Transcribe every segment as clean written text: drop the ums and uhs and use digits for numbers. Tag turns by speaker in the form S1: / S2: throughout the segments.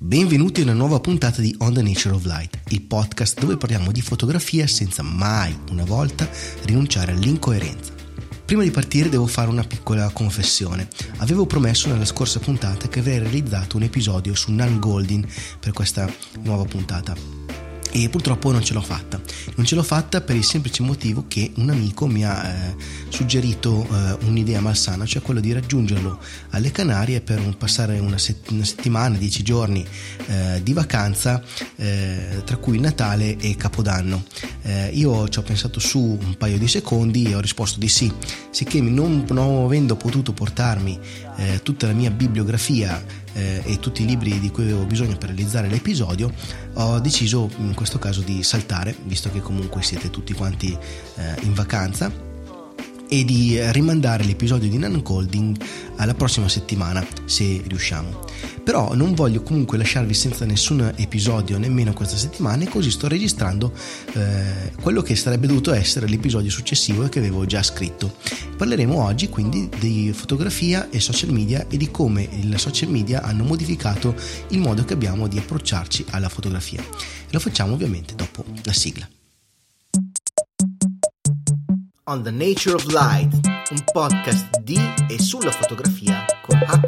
S1: Benvenuti a una nuova puntata di On the Nature of Light, il podcast dove parliamo di fotografia senza mai una volta rinunciare all'incoerenza. Prima di partire devo fare una piccola confessione. Avevo promesso nella scorsa puntata che avrei realizzato un episodio su Nan Goldin per questa nuova puntata. E purtroppo non ce l'ho fatta. Non ce l'ho fatta per il semplice motivo che un amico mi ha suggerito un'idea malsana, cioè quello di raggiungerlo alle Canarie per passare una settimana, 10 giorni di vacanza, tra cui Natale e Capodanno. Io ci ho pensato su un paio di secondi e ho risposto di sì, sicché non avendo potuto portarmi tutta la mia bibliografia e tutti i libri di cui avevo bisogno per realizzare l'episodio, ho deciso in questo caso di saltare, visto che comunque siete tutti quanti in vacanza, e di rimandare l'episodio di Nan Goldin alla prossima settimana, se riusciamo. Però non voglio comunque lasciarvi senza nessun episodio nemmeno questa settimana, e così sto registrando quello che sarebbe dovuto essere l'episodio successivo e che avevo già scritto. Parleremo oggi quindi di fotografia e social media e di come i social media hanno modificato il modo che abbiamo di approcciarci alla fotografia. Lo facciamo ovviamente dopo la sigla. On the Nature of Light, un podcast di e sulla fotografia con Haku.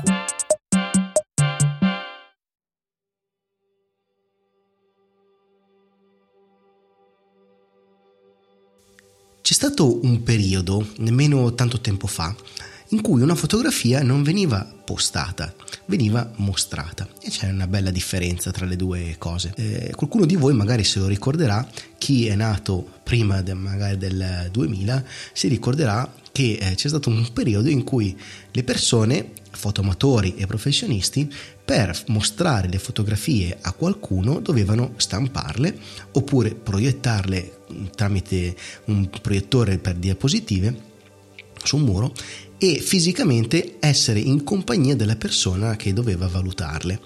S1: C'è stato un periodo, nemmeno tanto tempo fa, in cui una fotografia non veniva postata, veniva mostrata, e c'è una bella differenza tra le due cose. Qualcuno di voi magari se lo ricorderà, chi è nato prima magari del 2000 si ricorderà che c'è stato un periodo in cui le persone, fotoamatori e professionisti, per mostrare le fotografie a qualcuno dovevano stamparle oppure proiettarle tramite un proiettore per diapositive su un muro e fisicamente essere in compagnia della persona che doveva valutarle.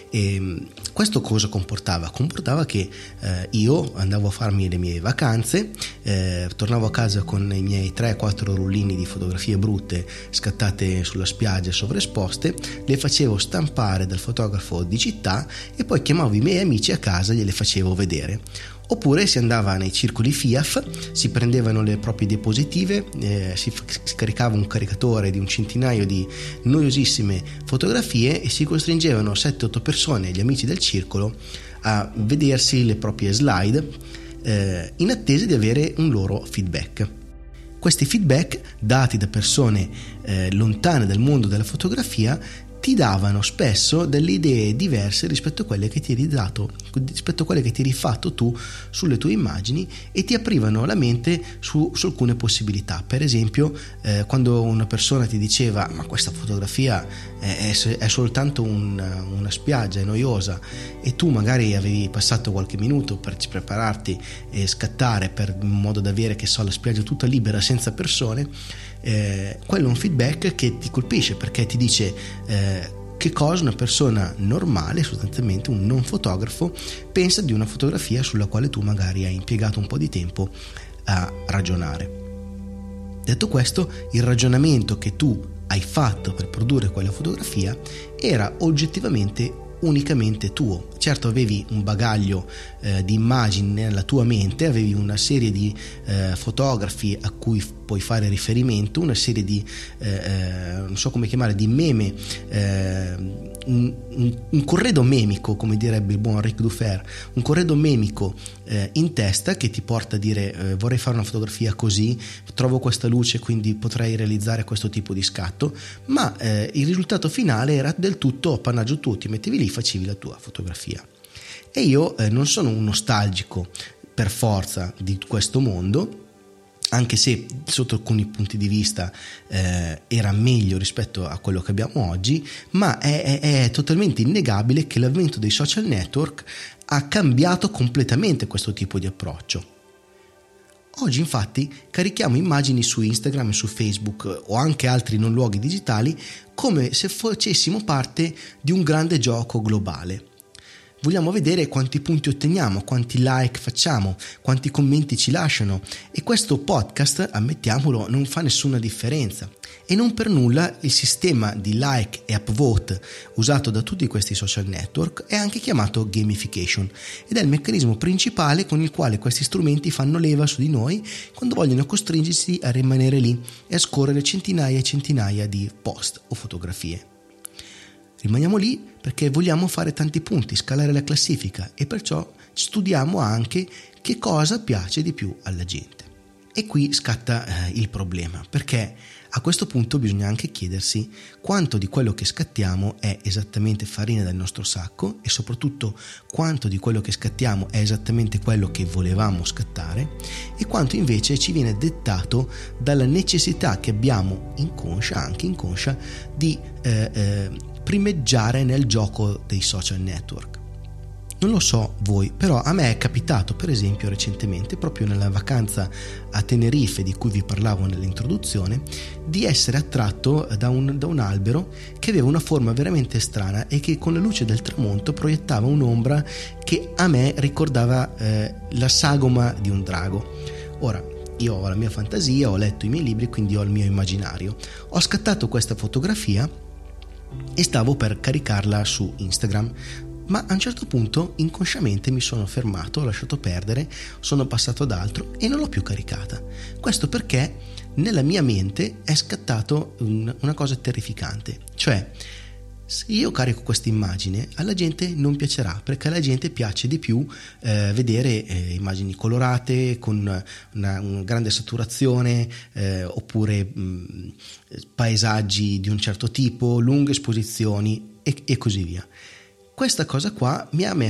S1: E questo cosa comportava? Comportava che io andavo a farmi le mie vacanze, tornavo a casa con i miei 3-4 rullini di fotografie brutte scattate sulla spiaggia sovraesposte, le facevo stampare dal fotografo di città e poi chiamavo i miei amici a casa e gliele facevo vedere. Oppure si andava nei circoli FIAF, si prendevano le proprie diapositive, si caricava un caricatore di un centinaio di noiosissime fotografie e si costringevano 7-8 persone, gli amici del circolo, a vedersi le proprie slide in attesa di avere un loro feedback. Questi feedback, dati da persone lontane dal mondo della fotografia, ti davano spesso delle idee diverse rispetto a quelle che ti eri dato, rispetto a quelle che ti eri fatto tu sulle tue immagini, e ti aprivano la mente su alcune possibilità. Per esempio, quando una persona ti diceva ma questa fotografia è soltanto una spiaggia, è noiosa, e tu magari avevi passato qualche minuto per prepararti e scattare in modo da avere, che so, la spiaggia tutta libera senza persone, quello è un feedback che ti colpisce, perché ti dice che cosa una persona normale, sostanzialmente un non fotografo, pensa di una fotografia sulla quale tu magari hai impiegato un po' di tempo a ragionare. Detto questo, il ragionamento che tu hai fatto per produrre quella fotografia era oggettivamente unicamente tuo. Certo, avevi un bagaglio di immagini nella tua mente, avevi una serie di fotografi a cui puoi fare riferimento, una serie di non so come chiamare, di meme, un corredo memico, come direbbe il buon Ric Dufer, un corredo memico in testa che ti porta a dire vorrei fare una fotografia così, trovo questa luce, quindi potrei realizzare questo tipo di scatto, ma il risultato finale era del tutto appannaggio tuo, ti mettevi lì, facevi la tua fotografia. E io non sono un nostalgico per forza di questo mondo, anche se sotto alcuni punti di vista era meglio rispetto a quello che abbiamo oggi, ma è totalmente innegabile che l'avvento dei social network ha cambiato completamente questo tipo di approccio. Oggi infatti carichiamo immagini su Instagram e su Facebook o anche altri non luoghi digitali come se facessimo parte di un grande gioco globale. Vogliamo vedere quanti punti otteniamo, quanti like facciamo, quanti commenti ci lasciano, e questo podcast, ammettiamolo, non fa nessuna differenza. E non per nulla il sistema di like e upvote usato da tutti questi social network è anche chiamato gamification ed è il meccanismo principale con il quale questi strumenti fanno leva su di noi quando vogliono costringerci a rimanere lì e a scorrere centinaia e centinaia di post o fotografie. Rimaniamo lì perché vogliamo fare tanti punti, scalare la classifica e perciò studiamo anche che cosa piace di più alla gente. E qui scatta il problema, perché a questo punto bisogna anche chiedersi quanto di quello che scattiamo è esattamente farina del nostro sacco e soprattutto quanto di quello che scattiamo è esattamente quello che volevamo scattare e quanto invece ci viene dettato dalla necessità che abbiamo anche inconscia, di primeggiare nel gioco dei social network. Non lo so voi, però a me è capitato per esempio recentemente, proprio nella vacanza a Tenerife di cui vi parlavo nell'introduzione, di essere attratto da un albero che aveva una forma veramente strana e che con la luce del tramonto proiettava un'ombra che a me ricordava la sagoma di un drago. Ora, io ho la mia fantasia, ho letto i miei libri, quindi ho il mio immaginario. Ho scattato questa fotografia e stavo per caricarla su Instagram, ma a un certo punto inconsciamente mi sono fermato, ho lasciato perdere, sono passato ad altro e non l'ho più caricata. Questo perché nella mia mente è scattato una cosa terrificante, cioè se io carico questa immagine alla gente non piacerà, perché alla gente piace di più vedere immagini colorate con una grande saturazione oppure paesaggi di un certo tipo, lunghe esposizioni e così via. Questa cosa qua mi ha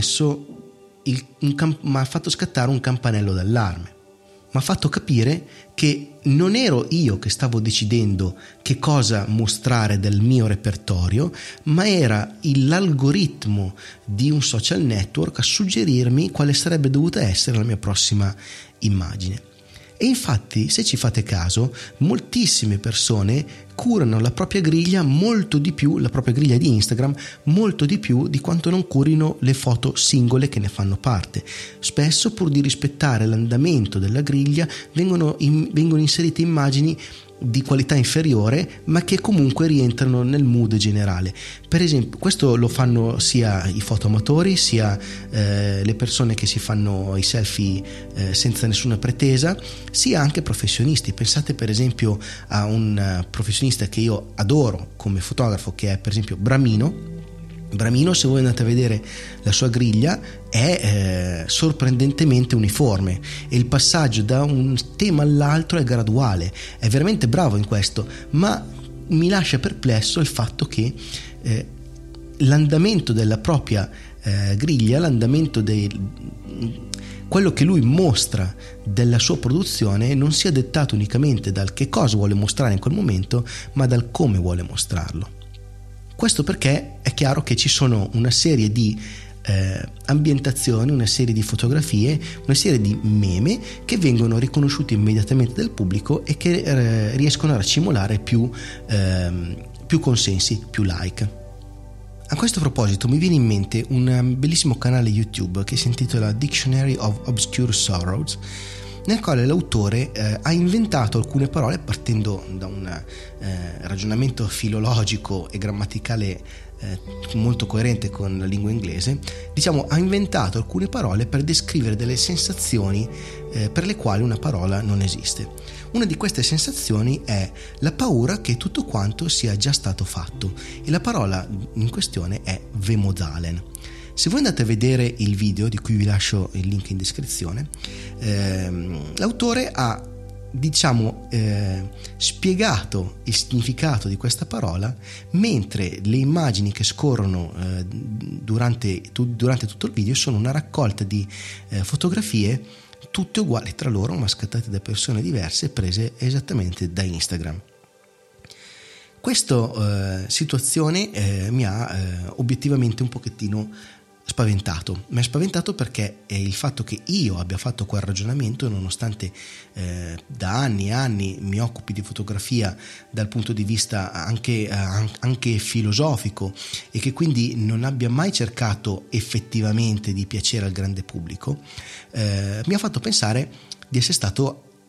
S1: fatto scattare un campanello d'allarme, mi ha fatto capire che non ero io che stavo decidendo che cosa mostrare del mio repertorio, ma era l'algoritmo di un social network a suggerirmi quale sarebbe dovuta essere la mia prossima immagine. E infatti, se ci fate caso, moltissime persone curano la propria griglia molto di più, la propria griglia di Instagram, molto di più di quanto non curino le foto singole che ne fanno parte. Spesso, pur di rispettare l'andamento della griglia, vengono inserite immagini di qualità inferiore, ma che comunque rientrano nel mood generale. Per esempio, questo lo fanno sia i fotoamatori, sia le persone che si fanno i selfie senza nessuna pretesa, sia anche professionisti. Pensate per esempio a un professionista che io adoro come fotografo, che è per esempio Bramino. Se voi andate a vedere la sua griglia è sorprendentemente uniforme e il passaggio da un tema all'altro è graduale, è veramente bravo in questo, ma mi lascia perplesso il fatto che l'andamento della propria griglia, l'andamento quello che lui mostra della sua produzione non sia dettato unicamente dal che cosa vuole mostrare in quel momento, ma dal come vuole mostrarlo. Questo perché è chiaro che ci sono una serie di ambientazioni, una serie di fotografie, una serie di meme che vengono riconosciuti immediatamente dal pubblico e che riescono a racimolare più consensi, più like. A questo proposito mi viene in mente un bellissimo canale YouTube che si intitola Dictionary of Obscure Sorrows, nel quale l'autore ha inventato alcune parole partendo da un ragionamento filologico e grammaticale molto coerente con la lingua inglese. Ha inventato alcune parole per descrivere delle sensazioni per le quali una parola non esiste. Una di queste sensazioni è la paura che tutto quanto sia già stato fatto e la parola in questione è Vemodalen. Se voi andate a vedere il video, di cui vi lascio il link in descrizione, l'autore ha spiegato il significato di questa parola, mentre le immagini che scorrono durante tutto il video sono una raccolta di fotografie tutte uguali tra loro, ma scattate da persone diverse, prese esattamente da Instagram. Questa situazione mi ha obiettivamente un pochettino spaventato. Mi è spaventato perché è il fatto che io abbia fatto quel ragionamento, nonostante da anni e anni mi occupi di fotografia dal punto di vista anche filosofico e che quindi non abbia mai cercato effettivamente di piacere al grande pubblico, mi ha fatto pensare di essere stato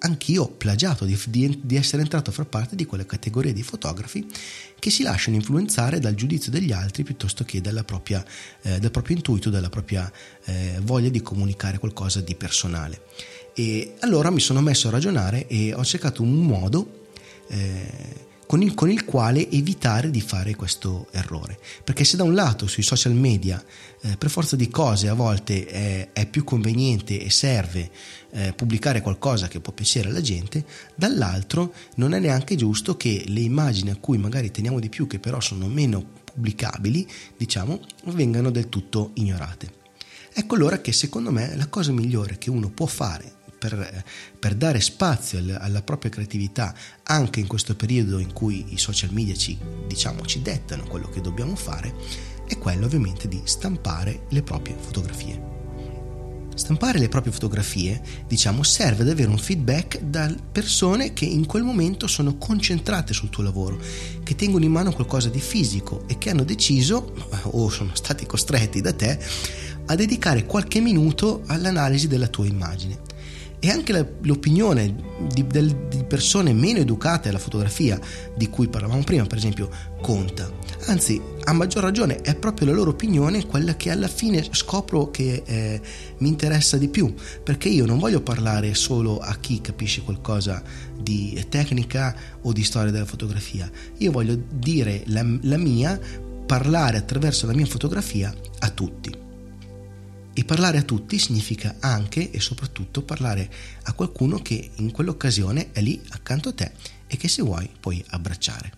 S1: anch'io plagiato, di essere entrato a far parte di quelle categorie di fotografi che si lasciano influenzare dal giudizio degli altri piuttosto che dal proprio intuito, dalla propria voglia di comunicare qualcosa di personale. E allora mi sono messo a ragionare e ho cercato un modo con il quale evitare di fare questo errore, perché se da un lato sui social media per forza di cose a volte è più conveniente e serve pubblicare qualcosa che può piacere alla gente, dall'altro non è neanche giusto che le immagini a cui magari teniamo di più, che però sono meno pubblicabili, diciamo, vengano del tutto ignorate. Ecco allora che secondo me la cosa migliore che uno può fare per dare spazio alla propria creatività anche in questo periodo in cui i social media ci dettano quello che dobbiamo fare, è quello ovviamente di stampare le proprie fotografie. Stampare le proprie fotografie, serve ad avere un feedback da persone che in quel momento sono concentrate sul tuo lavoro, che tengono in mano qualcosa di fisico e che hanno deciso, o sono stati costretti da te, a dedicare qualche minuto all'analisi della tua immagine. E anche l'opinione di persone meno educate alla fotografia, di cui parlavamo prima, per esempio, conta. Anzi, a maggior ragione è proprio la loro opinione quella che alla fine scopro che mi interessa di più, perché io non voglio parlare solo a chi capisce qualcosa di tecnica o di storia della fotografia. Io voglio dire la mia, parlare attraverso la mia fotografia a tutti. E parlare a tutti significa anche e soprattutto parlare a qualcuno che in quell'occasione è lì accanto a te e che se vuoi puoi abbracciare.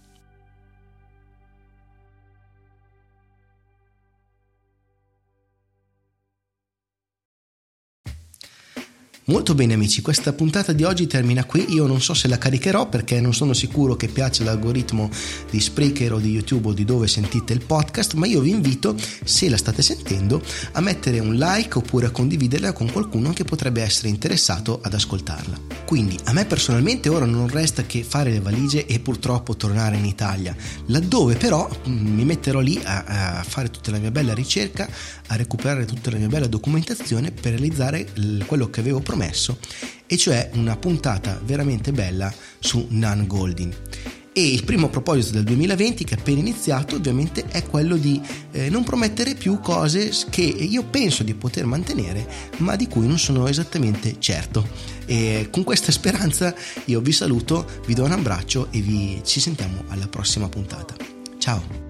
S1: Molto bene amici, questa puntata di oggi termina qui. Io non so se la caricherò perché non sono sicuro che piaccia l'algoritmo di Spreaker o di YouTube o di dove sentite il podcast, ma io vi invito, se la state sentendo, a mettere un like oppure a condividerla con qualcuno che potrebbe essere interessato ad ascoltarla. Quindi a me personalmente ora non resta che fare le valigie e purtroppo tornare in Italia, laddove però mi metterò lì a fare tutta la mia bella ricerca, a recuperare tutta la mia bella documentazione per realizzare quello che avevo promesso, e cioè una puntata veramente bella su Nan Goldin. E il primo proposito del 2020 che è appena iniziato ovviamente è quello di non promettere più cose che io penso di poter mantenere ma di cui non sono esattamente certo. E con questa speranza io vi saluto, vi do un abbraccio e ci sentiamo alla prossima puntata. Ciao!